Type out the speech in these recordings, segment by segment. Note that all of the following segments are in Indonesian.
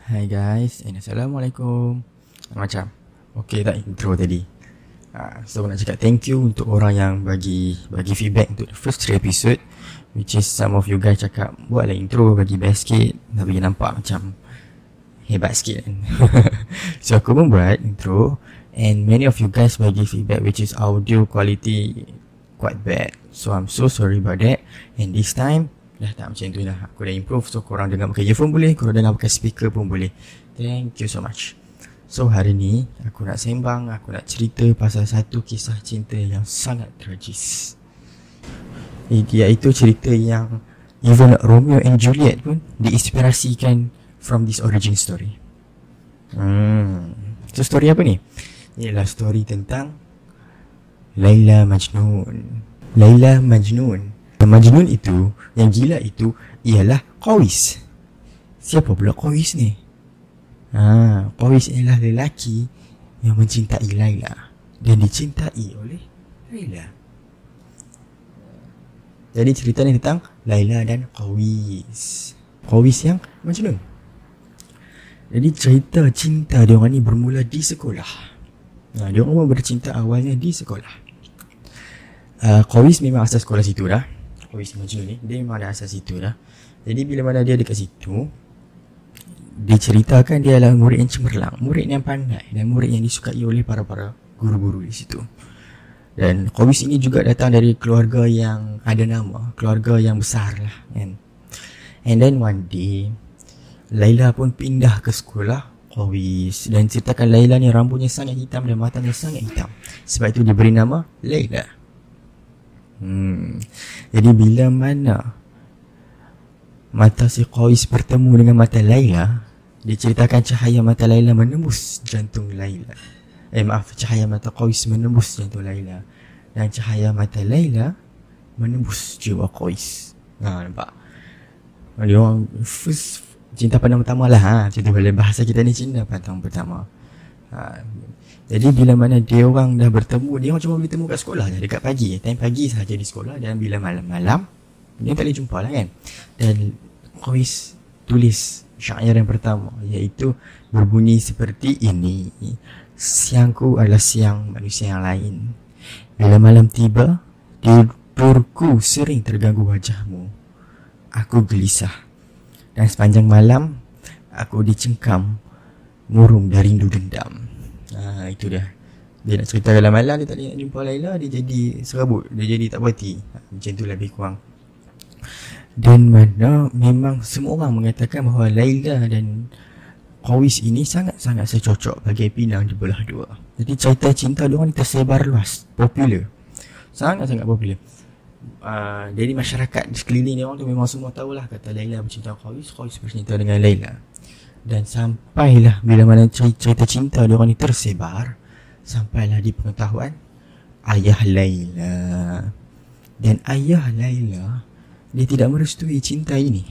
Hai guys, Assalamualaikum. Macam okay tak intro tadi. So nak cakap thank you untuk orang yang bagi feedback untuk the first 3 episode, which is some of you guys cakap buatlah intro bagi best sikit, dah bagi nampak macam hebat sikit kan. So aku pun buat intro, and many of you guys bagi feedback which is audio quality quite bad. So I'm so sorry about that. And this time dah tak macam tu dah. Aku dah improve. So korang dengar pakai earphone boleh, korang dengar pakai speaker pun boleh. Thank you so much. So hari ni aku nak sembang, aku nak cerita pasal satu kisah cinta yang sangat tragis, iaitu cerita yang even Romeo and Juliet pun diinspirasikan from this origin story. So story apa ni? Ialah story tentang Laila Majnun. Laila Majnun. Majnun itu, yang gila itu ialah Qawis. Siapa pula Qawis ni? Qawis ialah lelaki yang mencintai Laila dan dicintai oleh Laila. Jadi cerita ni tentang Laila dan Qawis. Qawis yang Majnun. Jadi cerita cinta diorang ni bermula di sekolah. Diorang pun bercinta awalnya di sekolah. Qawis memang asal sekolah situ dah. Qawis Majnun ni dia memang ada asal situ dah. Jadi bila mana dia dekat situ, diceritakan dia adalah murid yang cemerlang, murid yang pandai dan murid yang disukai oleh para guru-guru di situ. Dan Qawis ini juga datang dari keluarga yang ada nama, keluarga yang besar lah kan. And then one day Laila pun pindah ke sekolah Qawis, dan ceritakan Laila ni rambutnya sangat hitam dan matanya sangat hitam. Sebab itu diberi nama Laila. Jadi bila mana mata si Qawis bertemu dengan mata Laila, diceritakan cahaya mata Laila menembus jantung Laila. Cahaya mata Qawis menembus jantung Laila, dan cahaya mata Laila menembus jiwa Qawis. Nampak? Dia orang first cinta pandang pertama lah. Cerita dalam bahasa kita ni cinta pandang pertama. Jadi bila mana dia orang dah bertemu, dia orang cuma bertemu kat sekolah je, dekat pagi, time pagi sahaja di sekolah. Dan bila malam-malam dia tak boleh jumpa lah kan. Dan Qawis tulis syair yang pertama, iaitu berbunyi seperti ini: siangku adalah siang manusia yang lain. Bila malam tiba, tidurku sering terganggu wajahmu. Aku gelisah, dan sepanjang malam aku dicengkam murung dari rindu dendam. Itu dah. Dia nak cerita dalam malam, dia tak boleh nak jumpa Laila, dia jadi serabut, dia jadi tak puas hati. Macam tu lebih kurang. Dan mana memang semua orang mengatakan bahawa Laila dan Qawis ini sangat-sangat secocok bagai pinang di belah dua. Jadi cerita cinta diorang tersebar luas, popular, sangat-sangat popular. Jadi masyarakat di sekeliling diorang tu memang semua tahulah kata Laila bercinta Qawis, Qawis bercinta dengan Laila. Dan sampailah bila mana cerita cinta diorang ni tersebar, sampailah di pengetahuan ayah Laila. Dan ayah Laila, dia tidak merestui cinta ini.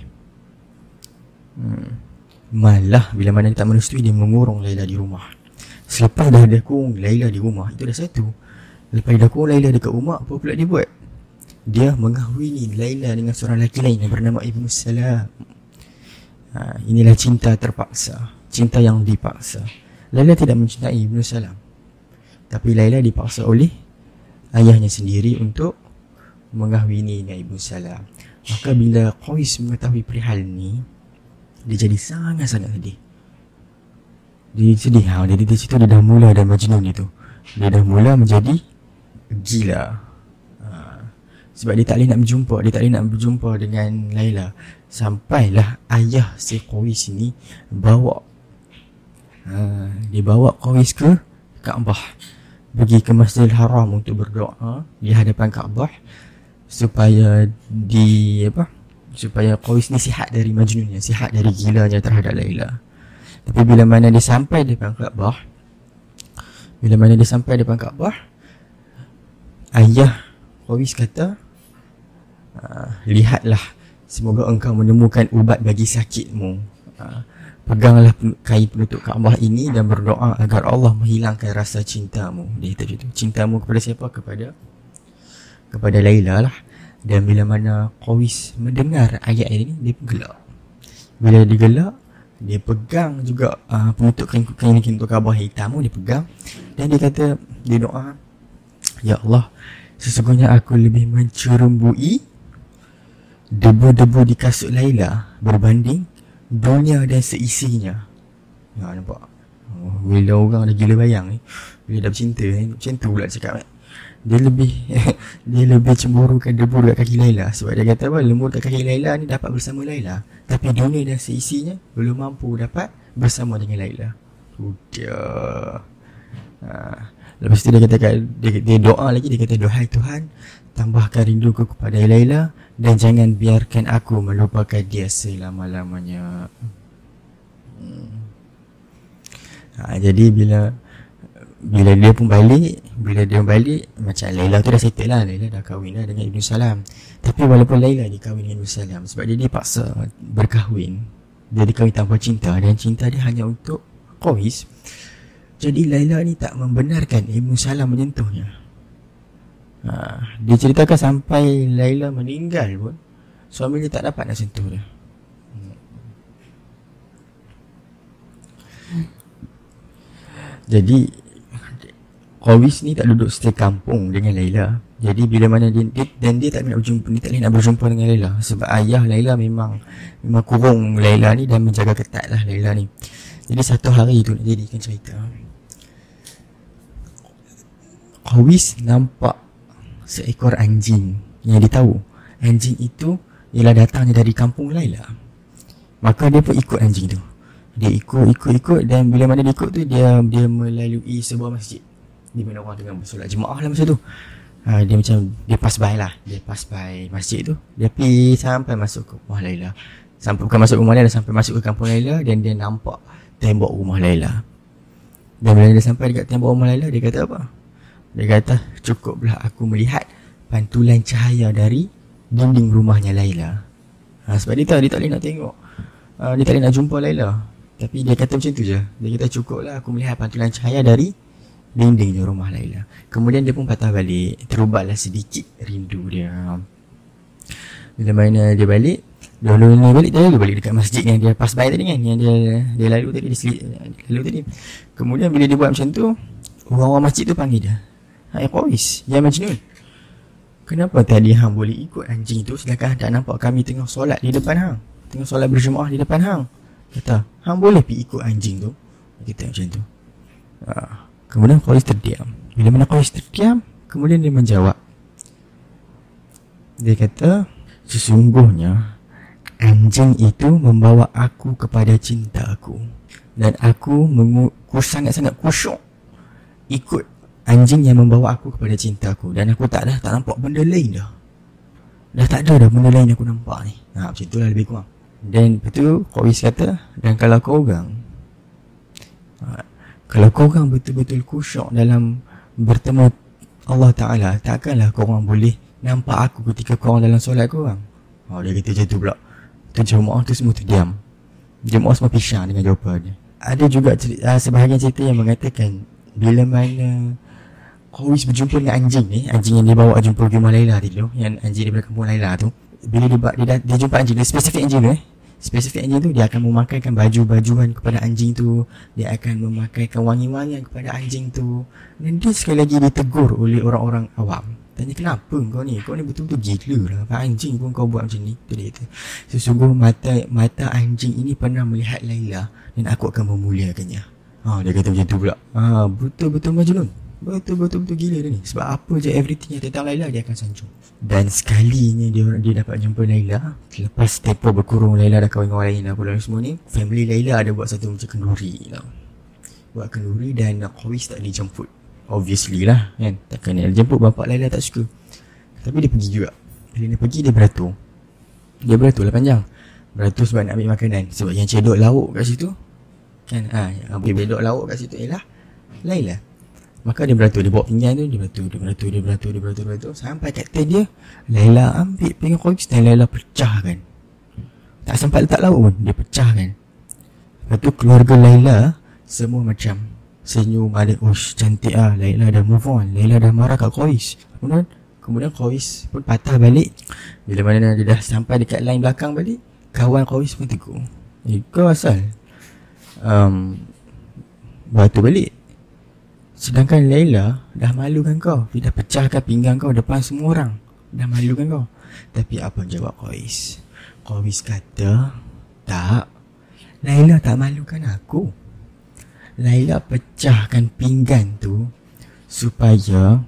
Malah bila mana dia tak merestui, dia mengurung Laila di rumah. Selepas dah dia kurung Laila di rumah, itu dah satu. Lepas dah kurung Laila dekat rumah, apa pula dia buat? Dia mengahwini Laila dengan seorang lelaki lain yang bernama Ibnu Salam. Inilah cinta terpaksa, cinta yang dipaksa. Laila tidak mencintai Ibnu Salam, tapi Laila dipaksa oleh ayahnya sendiri untuk mengahwini dengan Ibnu Salam. Maka bila Qawis mengetahui perihal ni, dia jadi sangat-sangat sedih. Dia sedih. Jadi di situ dia dah mula dan Majnun itu. Dia dah mula menjadi gila. Sebab dia tak boleh nak berjumpa dengan Laila. Sampailah ayah si Qawis ini bawa dia bawa Qawis ke Kaabah, pergi ke Masjidil Haram untuk berdoa di hadapan Kaabah supaya supaya Qawis ni sihat dari Majnunnya, sihat dari gilanya terhadap Laila. Tapi bila mana dia sampai depan Kaabah, ayah Qawis kata, lihatlah, semoga engkau menemukan ubat bagi sakitmu. Peganglah kain penutup Kaabah ini dan berdoa agar Allah menghilangkan rasa cintamu. Dia kata gitu. Cintamu kepada siapa? Kepada Laila lah. Dan bila mana Qawis mendengar ayat ini, dia gelak. Bila dia gelak, Dia pegang juga penutup kain kabah hitam tu, dia pegang. Dan dia kata, dia doa, ya Allah, sesungguhnya aku lebih mencerumbui debu-debu di kasut Laila berbanding dunia dan seisinya. Ya, nampak? Bila orang dah gila bayang ni, bila dah bercinta ni, macam tu pula cakap. Dia lebih dia lebih cemburukan debu dekat kaki Laila. Sebab dia kata apa, lembu dekat kaki Laila ni dapat bersama Laila, tapi dunia dan seisinya belum mampu dapat bersama dengan Laila. Sudah. Lepas tu dia kata, dia doa lagi, dia kata, dohai Tuhan, tambahkan rinduku kepada Laila dan jangan biarkan aku melupakan dia selama-lamanya. Jadi bila dia pun balik, macam Laila tu dah settle lah, Laila dah kahwin lah dengan Ibn Salam. Tapi walaupun Laila dikahwin dengan Ibn Salam, sebab dia dipaksa berkahwin, dia dikahwin tanpa cinta, dan cinta dia hanya untuk Qais. Jadi Laila ni tak membenarkan Ibn Salam menyentuhnya. Dia ceritakan sampai Laila meninggal pun, suami dia tak dapat nak sentuh dia. Jadi Qais ni tak duduk stay kampung dengan Laila. Jadi bila mana dia tak boleh nak berjumpa dengan Laila, sebab ayah Laila memang kurung Laila ni dan menjaga ketat lah Laila ni. Jadi satu hari tu nak jadikan cerita, Qais nampak seekor anjing yang dia tahu anjing itu ialah datangnya dari kampung Laila. Maka dia pun ikut anjing tu. Dia ikut, dan bila mana dia ikut tu, dia melalui sebuah masjid di mana orang tengah bersolat jemaah lah masa tu. Dia macam, dia pass by masjid tu. Dia pergi sampai masuk ke rumah Laila. Bukan masuk rumah Laila, sampai masuk ke kampung Laila, dan dia nampak tembok rumah Laila. Dan bila dia sampai dekat tembok rumah Laila, dia kata apa? Dia kata, cukuplah aku melihat pantulan cahaya dari dinding rumahnya Laila. Sebab dia tak boleh nak tengok, dia tak boleh nak jumpa Laila. Tapi dia kata macam tu je. Dia kata, cukuplah aku melihat pantulan cahaya dari dinding rumah Laila. Kemudian dia pun patah balik. Terubahlah sedikit rindu dia. Bila mana dia balik, dia balik dekat masjid yang dia pass by tadi kan, yang dia lalu tadi. Kemudian bila dia buat macam tu, orang-orang masjid tu panggil dia, hai Qais, ya Majnun, kenapa tadi hang boleh ikut anjing tu, sedangkan tak nampak kami tengah solat di depan hang, tengah solat berjemaah di depan hang? Kata, hang boleh pergi ikut anjing tu. Dia kata macam tu. Kemudian Qais terdiam. Bila mana Qais terdiam, kemudian dia menjawab. Dia kata, sesungguhnya anjing itu membawa aku kepada cinta aku, dan aku sangat-sangat khusyuk ikut anjing yang membawa aku kepada cinta aku, dan aku tak nampak benda lain dah. Dah tak ada dah benda lain aku nampak ni. Macam itulah lebih kurang. Dan lepas tu Qais kata, dan kalau korang betul-betul khusyuk dalam bertemu Allah Ta'ala, takkanlah korang boleh nampak aku ketika korang dalam solat korang. Dia kata macam tu pula. Tu jemaah tu semua terdiam. Jemaah semua pisang dengan jawapan dia. Ada juga sebahagian cerita yang mengatakan, bila mana Qais berjumpa dengan anjing ni, anjing yang dia bawa jumpa rumah Laila tadi tu, yang anjing daripada kampung Laila tu, bila dia jumpa anjing, dia spesifik anjing tu spesifik anjing tu, dia akan memakaikan baju-bajuan kepada anjing tu, dia akan memakaikan wangi-wangian kepada anjing tu. Dan dia sekali lagi ditegur oleh orang-orang awam. Tanya, kenapa kau ni betul-betul gila lah, anjing pun kau buat macam ni. Dia kata, sesungguh mata anjing ini pernah melihat Laila, dan aku akan memuliakannya. Dia kata macam tu pula. Betul-betul Majnun, betul-betul gila dia ni. Sebab apa je everything yang tentang Laila dia akan sanjung. Dan sekalinya dia dapat jumpa Laila, lepas tempoh berkurung, Laila dah kahwin dengan orang lain lah pula semua ni, family Laila ada buat satu macam kenduri tau. Buat kenduri, dan Qais tak dijemput, obviously lah kan, takkan dia jemput, bapak Laila tak suka. Tapi dia pergi juga. Bila dia pergi, dia beratur lah panjang. Beratur sebab nak ambil makanan, sebab yang cedok lauk kat situ kan, yang ambil bedok lauk kat situ ialah Laila. Maka dia beratur, dia bawa pinggan tu, dia beratur sampai kat tent dia. Laila ambil pinggan Qais dan Laila pecahkan. Tak sempat letak lauk pun, dia pecahkan. Lepas tu keluarga Laila semua macam senyum, ada, cantik lah, Laila dah move on, Laila dah marah kat Qais. Kemudian Qais pun patah balik. Bila mana dia dah sampai dekat line belakang balik, kawan Qais pun tegur, kau asal batu balik. Sedangkan Laila dah malukan kau, dia dah pecahkan pinggang kau depan semua orang, dah malukan kau. Tapi apa jawab Qais? Qais kata, tak, Laila tak malukan aku. Laila pecahkan pinggan tu supaya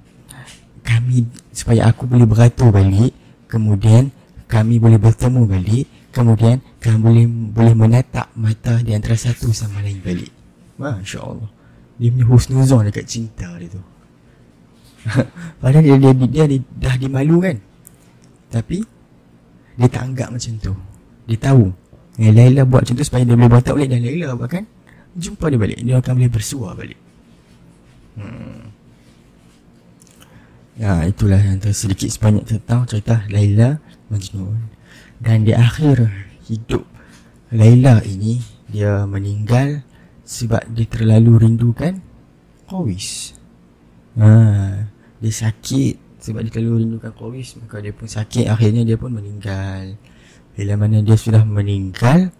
aku boleh beratur balik, kemudian kami boleh bertemu balik, kemudian kami boleh menatap mata di antara satu sama lain balik. Masya Allah, dia punya husnuzon dekat cinta dia tu. Padahal dia dah dimalukan, tapi dia tak anggap macam tu. Dia tahu Laila buat macam tu supaya dia boleh bertaut balik, dan Laila bahkan jumpa dia balik, dia akan boleh bersua balik. Ya, itulah yang sedikit sebanyak tentang cerita Laila Majnun. Dan di akhir hidup Laila ini, dia meninggal sebab dia terlalu rindukan Qais. Dia sakit sebab dia terlalu rindukan Qais, maka dia pun sakit, akhirnya dia pun meninggal. Bila mana dia sudah meninggal,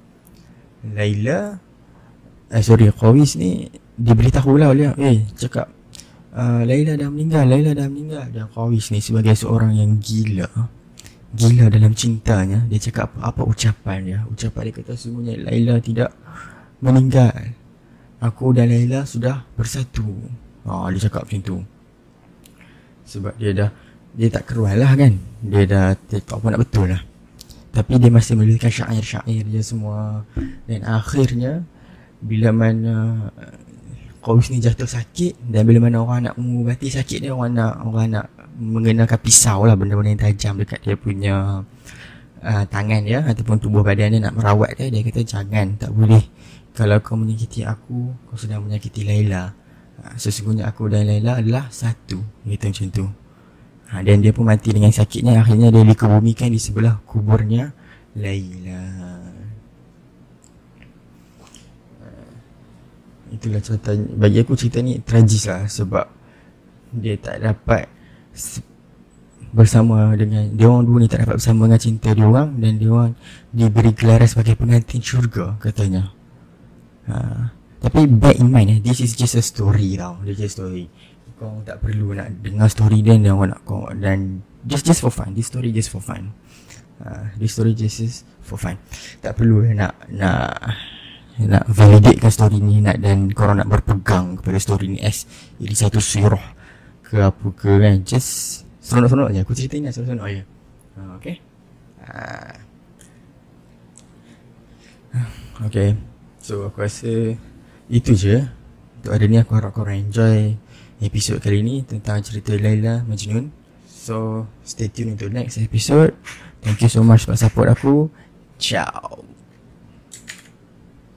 Qais ni diberitahulah oleh cakap, Laila dah meninggal. Dan Qais ni sebagai seorang yang gila dalam cintanya, dia cakap apa ucapan dia kata, sesungguhnya Laila tidak meninggal, aku dan Laila sudah bersatu. Dia cakap macam tu. Sebab dia tak keruan lah kan, dia tak apa nak betul lah, tapi dia masih menuliskan syair-syair dia semua. Dan akhirnya bila mana Qais ni jatuh sakit, dan bila mana orang nak mengubati sakit dia, orang nak mengenakan pisau lah, benda-benda yang tajam dekat dia punya tangan dia ataupun tubuh badan dia, nak merawat dia kata, jangan, tak boleh. Kalau kau menyakiti aku, kau sedang menyakiti Laila. Sesungguhnya aku dan Laila adalah satu, dia kata macam tu. Dan dia pun mati dengan sakitnya. Akhirnya dia dikebumikan di sebelah kuburnya Laila. Itulah cerita. Bagi aku cerita ni tragis lah, sebab dia tak dapat bersama dengan dia orang dua ni, tak dapat bersama dengan cinta dia orang, dan dia orang diberi gelaran sebagai pengantin syurga katanya. Tapi bear in mind, this is just a story tau. Dia just story. Kau tak perlu nak dengar story dia, dan orang nak kau, dan just for fun. This story just for fun. This story just is for fun. Tak perlu nak validatekan story ni, dan korang nak berpegang kepada story ni as ini satu surah ke apa ke kan. Just seronok-seronok je aku cerita ni, seronok-seronok je. Okay. Okay, so aku rasa itu je untuk hari ni. Aku harap korang enjoy episod kali ni tentang cerita Laila Majnun. So stay tune untuk next episode. Thank you so much for support aku. Ciao.